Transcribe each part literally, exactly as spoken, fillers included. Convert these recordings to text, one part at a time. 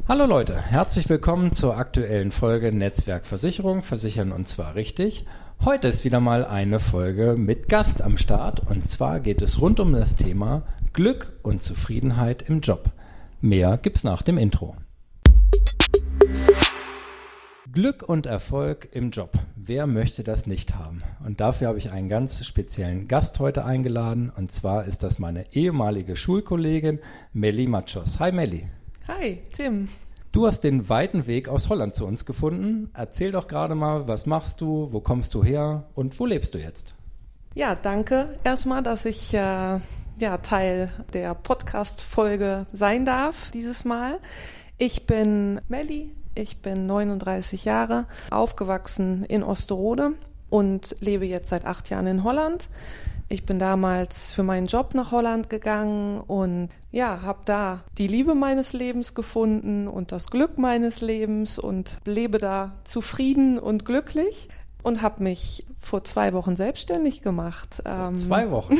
Hallo Leute, herzlich willkommen zur aktuellen Folge Netzwerkversicherung, versichern und zwar richtig. Heute ist wieder mal eine Folge mit Gast am Start und zwar geht es rund um das Thema Glück und Zufriedenheit im Job. Mehr gibt's nach dem Intro. Glück und Erfolg im Job. Wer möchte das nicht haben? Und dafür habe ich einen ganz speziellen Gast heute eingeladen und zwar ist das meine ehemalige Schulkollegin Melli Matschos. Hi Melli. Hi, Tim. Du hast den weiten Weg aus Holland zu uns gefunden. Erzähl doch gerade mal, was machst du, wo kommst du her und wo lebst du jetzt? Ja, danke erstmal, dass ich äh, ja, Teil der Podcast-Folge sein darf dieses Mal. Ich bin Melli, ich bin neununddreißig Jahre, aufgewachsen in Osterode und lebe jetzt seit acht Jahren in Holland. Ich bin damals für meinen Job nach Holland gegangen und ja, habe da die Liebe meines Lebens gefunden und das Glück meines Lebens und lebe da zufrieden und glücklich und habe mich vor zwei Wochen selbstständig gemacht. Vor zwei Wochen?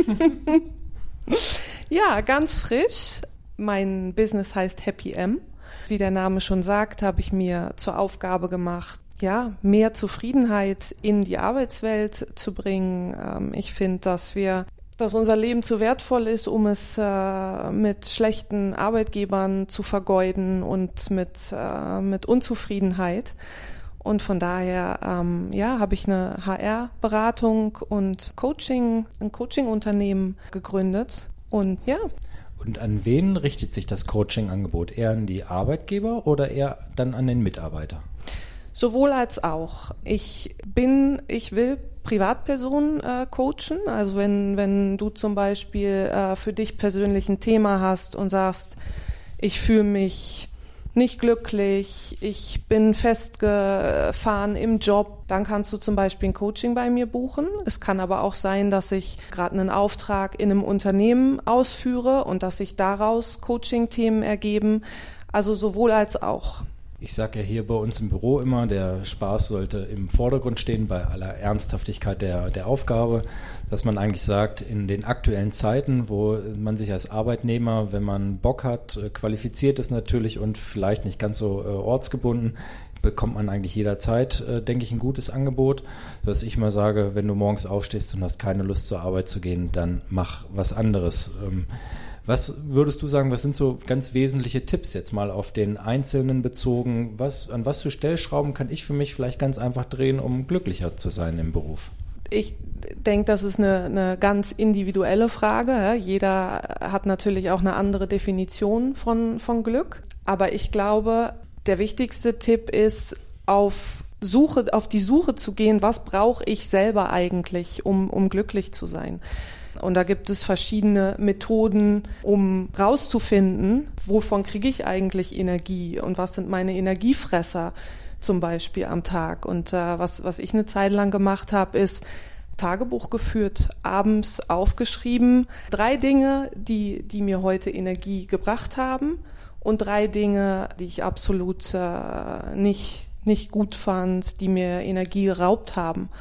Ja, ganz frisch. Mein Business heißt Happy M. Wie der Name schon sagt, habe ich mir zur Aufgabe gemacht, ja, mehr Zufriedenheit in die Arbeitswelt zu bringen. Ähm, ich finde, dass wir, dass unser Leben zu wertvoll ist, um es äh, mit schlechten Arbeitgebern zu vergeuden und mit, äh, mit Unzufriedenheit. Und von daher, ähm, ja, habe ich eine H R-Beratung und Coaching, ein Coaching-Unternehmen gegründet. Und ja. Und an wen richtet sich das Coaching-Angebot? Eher an die Arbeitgeber oder eher dann an den Mitarbeiter? Sowohl als auch. Ich bin, ich will Privatpersonen äh, coachen. Also wenn, wenn du zum Beispiel äh, für dich persönlich ein Thema hast und sagst, ich fühle mich nicht glücklich, ich bin festgefahren im Job, dann kannst du zum Beispiel ein Coaching bei mir buchen. Es kann aber auch sein, dass ich gerade einen Auftrag in einem Unternehmen ausführe und dass sich daraus Coaching-Themen ergeben. Also sowohl als auch. Ich sage ja hier bei uns im Büro immer, der Spaß sollte im Vordergrund stehen bei aller Ernsthaftigkeit der, der Aufgabe, dass man eigentlich sagt, in den aktuellen Zeiten, wo man sich als Arbeitnehmer, wenn man Bock hat, qualifiziert ist natürlich und vielleicht nicht ganz so äh, ortsgebunden, bekommt man eigentlich jederzeit, äh, denke ich, ein gutes Angebot. Dass ich mal sage, wenn du morgens aufstehst und hast keine Lust zur Arbeit zu gehen, dann mach was anderes. Ähm, Was würdest du sagen, was sind so ganz wesentliche Tipps jetzt mal auf den Einzelnen bezogen? Was, an was für Stellschrauben kann ich für mich vielleicht ganz einfach drehen, um glücklicher zu sein im Beruf? Ich denke, das ist eine, eine ganz individuelle Frage. Ja. Jeder hat natürlich auch eine andere Definition von, von Glück. Aber ich glaube, der wichtigste Tipp ist, auf Suche, auf die Suche zu gehen, was brauche ich selber eigentlich, um, um glücklich zu sein? Und da gibt es verschiedene Methoden, um rauszufinden, wovon kriege ich eigentlich Energie und was sind meine Energiefresser zum Beispiel am Tag. Und äh, was, was ich eine Zeit lang gemacht habe, ist Tagebuch geführt, abends aufgeschrieben. Drei Dinge, die, die mir heute Energie gebracht haben und drei Dinge, die ich absolut äh, nicht, nicht gut fand, die mir Energie geraubt haben.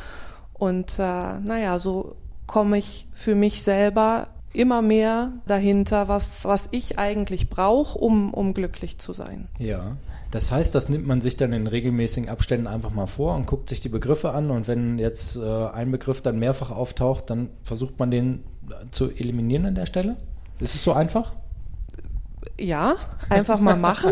Und äh, naja, so komme ich für mich selber immer mehr dahinter, was, was ich eigentlich brauche, um, um glücklich zu sein. Ja, das heißt, das nimmt man sich dann in regelmäßigen Abständen einfach mal vor und guckt sich die Begriffe an und wenn jetzt äh, ein Begriff dann mehrfach auftaucht, dann versucht man den zu eliminieren an der Stelle? Ist es so einfach? Ja, einfach mal machen.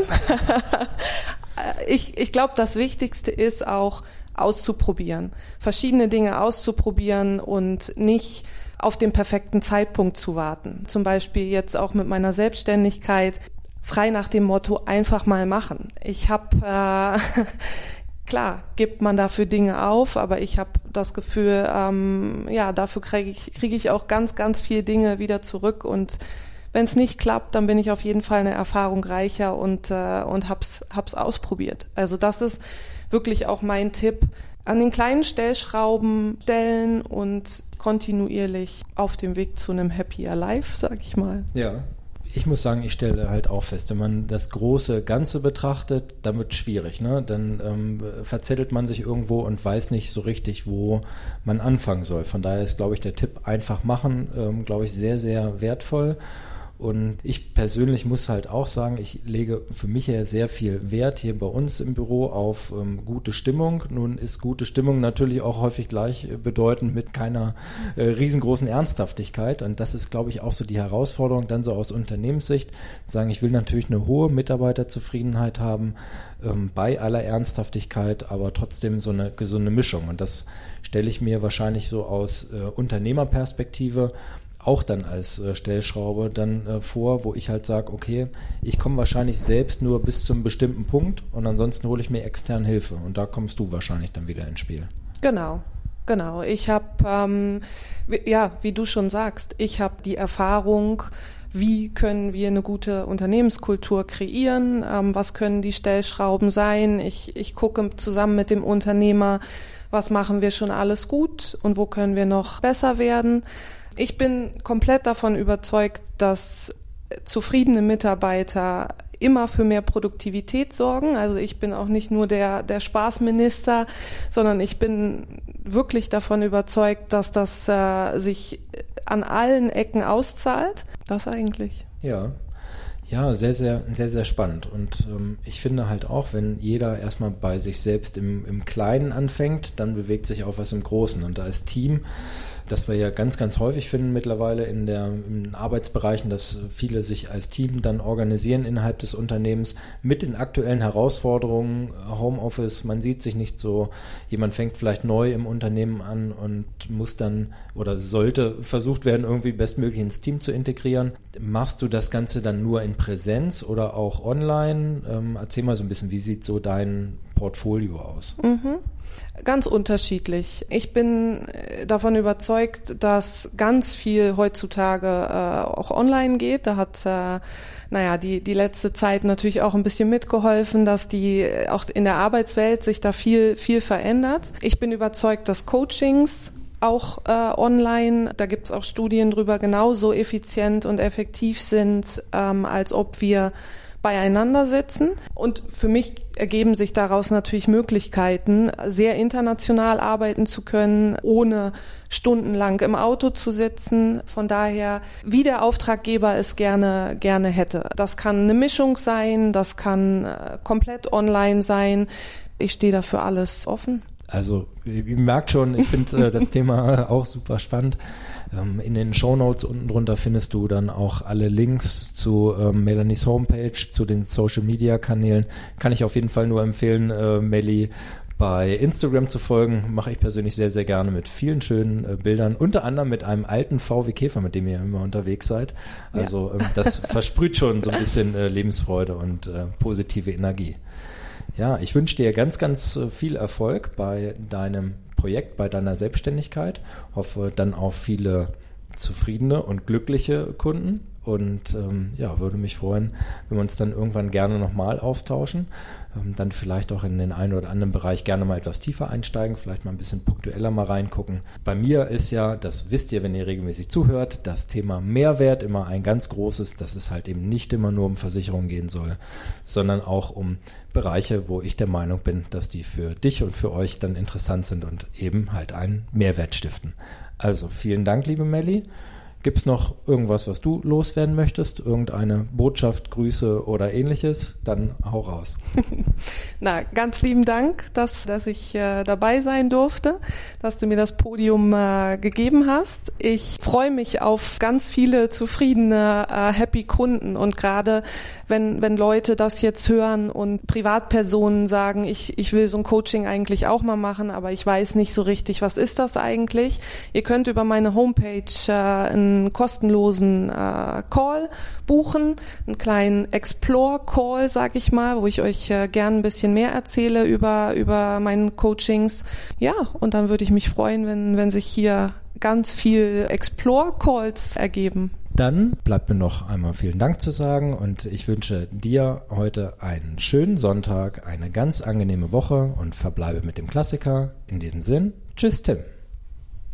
ich ich glaube, das Wichtigste ist auch, auszuprobieren, verschiedene Dinge auszuprobieren und nicht auf den perfekten Zeitpunkt zu warten. Zum Beispiel jetzt auch mit meiner Selbstständigkeit, frei nach dem Motto, einfach mal machen. Ich habe, äh, klar, gibt man dafür Dinge auf, aber ich habe das Gefühl, ähm, ja, dafür kriege ich, kriege ich auch ganz, ganz viele Dinge wieder zurück und wenn es nicht klappt, dann bin ich auf jeden Fall eine Erfahrung reicher und, äh, und hab's, hab's ausprobiert. Also das ist wirklich auch mein Tipp, an den kleinen Stellschrauben stellen und kontinuierlich auf dem Weg zu einem Happier Life, sag ich mal. Ja, ich muss sagen, ich stelle halt auch fest, wenn man das große Ganze betrachtet, dann wird es schwierig, ne? Dann ähm, verzettelt man sich irgendwo und weiß nicht so richtig, wo man anfangen soll. Von daher ist, glaube ich, der Tipp einfach machen, ähm, glaube ich, sehr, sehr wertvoll. Und ich persönlich muss halt auch sagen, ich lege für mich ja sehr viel Wert hier bei uns im Büro auf ähm, gute Stimmung. Nun ist gute Stimmung natürlich auch häufig gleichbedeutend mit keiner äh, riesengroßen Ernsthaftigkeit. Und das ist, glaube ich, auch so die Herausforderung, dann so aus Unternehmenssicht, sagen, ich will natürlich eine hohe Mitarbeiterzufriedenheit haben, ähm, bei aller Ernsthaftigkeit, aber trotzdem so eine gesunde Mischung. Und das stelle ich mir wahrscheinlich so aus äh, Unternehmerperspektive auch dann als äh, Stellschraube dann äh, vor, wo ich halt sage, okay, ich komme wahrscheinlich selbst nur bis zum bestimmten Punkt und ansonsten hole ich mir extern Hilfe und da kommst du wahrscheinlich dann wieder ins Spiel. Genau, genau. Ich habe, ähm, ja, wie du schon sagst, ich habe die Erfahrung, wie können wir eine gute Unternehmenskultur kreieren, ähm, was können die Stellschrauben sein. Ich, ich gucke zusammen mit dem Unternehmer, was machen wir schon alles gut und wo können wir noch besser werden. Ich bin komplett davon überzeugt, dass zufriedene Mitarbeiter immer für mehr Produktivität sorgen. Also ich bin auch nicht nur der, der Spaßminister, sondern ich bin wirklich davon überzeugt, dass das äh, sich an allen Ecken auszahlt. Das eigentlich. Ja. Ja, sehr, sehr, sehr, sehr spannend. Und ähm, ich finde halt auch, wenn jeder erstmal bei sich selbst im, im Kleinen anfängt, dann bewegt sich auch was im Großen. Und da ist Team, das wir ja ganz, ganz häufig finden mittlerweile in der in den Arbeitsbereichen, dass viele sich als Team dann organisieren innerhalb des Unternehmens mit den aktuellen Herausforderungen, Homeoffice, man sieht sich nicht so, jemand fängt vielleicht neu im Unternehmen an und muss dann oder sollte versucht werden, irgendwie bestmöglich ins Team zu integrieren. Machst du das Ganze dann nur in Präsenz oder auch online? Ähm, erzähl mal so ein bisschen, wie sieht so dein Portfolio aus? Mhm. Ganz unterschiedlich. Ich bin davon überzeugt, dass ganz viel heutzutage äh, auch online geht. Da hat äh, naja, die, die letzte Zeit natürlich auch ein bisschen mitgeholfen, dass die auch in der Arbeitswelt sich da viel, viel verändert. Ich bin überzeugt, dass Coachings auch äh, online, da gibt es auch Studien drüber, genauso effizient und effektiv sind, ähm, als ob wir beieinander sitzen. Und für mich ergeben sich daraus natürlich Möglichkeiten, sehr international arbeiten zu können, ohne stundenlang im Auto zu sitzen. Von daher, wie der Auftraggeber es gerne, gerne hätte. Das kann eine Mischung sein, das kann äh, komplett online sein. Ich stehe dafür alles offen. Also, ihr merkt schon, ich finde äh, das Thema auch super spannend. Ähm, in den Shownotes unten drunter findest du dann auch alle Links zu ähm, Melanies Homepage, zu den Social-Media-Kanälen. Kann ich auf jeden Fall nur empfehlen, äh, Melli bei Instagram zu folgen. Mache ich persönlich sehr, sehr gerne mit vielen schönen äh, Bildern. Unter anderem mit einem alten V W Käfer, mit dem ihr immer unterwegs seid. Also ja. ähm, das versprüht schon so ein bisschen äh, Lebensfreude und äh, positive Energie. Ja, ich wünsche dir ganz, ganz viel Erfolg bei deinem Projekt, bei deiner Selbstständigkeit. Hoffe dann auf viele zufriedene und glückliche Kunden und ähm, ja, würde mich freuen, wenn wir uns dann irgendwann gerne nochmal austauschen, ähm, dann vielleicht auch in den einen oder anderen Bereich gerne mal etwas tiefer einsteigen, vielleicht mal ein bisschen punktueller mal reingucken. Bei mir ist ja, das wisst ihr, wenn ihr regelmäßig zuhört, das Thema Mehrwert immer ein ganz großes, dass es halt eben nicht immer nur um Versicherungen gehen soll, sondern auch um Bereiche, wo ich der Meinung bin, dass die für dich und für euch dann interessant sind und eben halt einen Mehrwert stiften. Also vielen Dank, liebe Melli. Gibt es noch irgendwas, was du loswerden möchtest? Irgendeine Botschaft, Grüße oder ähnliches? Dann hau raus. Na, ganz lieben Dank, dass, dass ich äh, dabei sein durfte, dass du mir das Podium äh, gegeben hast. Ich freue mich auf ganz viele zufriedene, äh, happy Kunden und gerade wenn, wenn Leute das jetzt hören und Privatpersonen sagen, ich, ich will so ein Coaching eigentlich auch mal machen, aber ich weiß nicht so richtig, was ist das eigentlich? Ihr könnt über meine Homepage äh, ein einen kostenlosen äh, Call buchen, einen kleinen Explore-Call, sag ich mal, wo ich euch äh, gern ein bisschen mehr erzähle über über meine Coachings. Ja, und dann würde ich mich freuen, wenn wenn sich hier ganz viel Explore-Calls ergeben. Dann bleibt mir noch einmal vielen Dank zu sagen und ich wünsche dir heute einen schönen Sonntag, eine ganz angenehme Woche und verbleibe mit dem Klassiker. In diesem Sinn, tschüss Tim.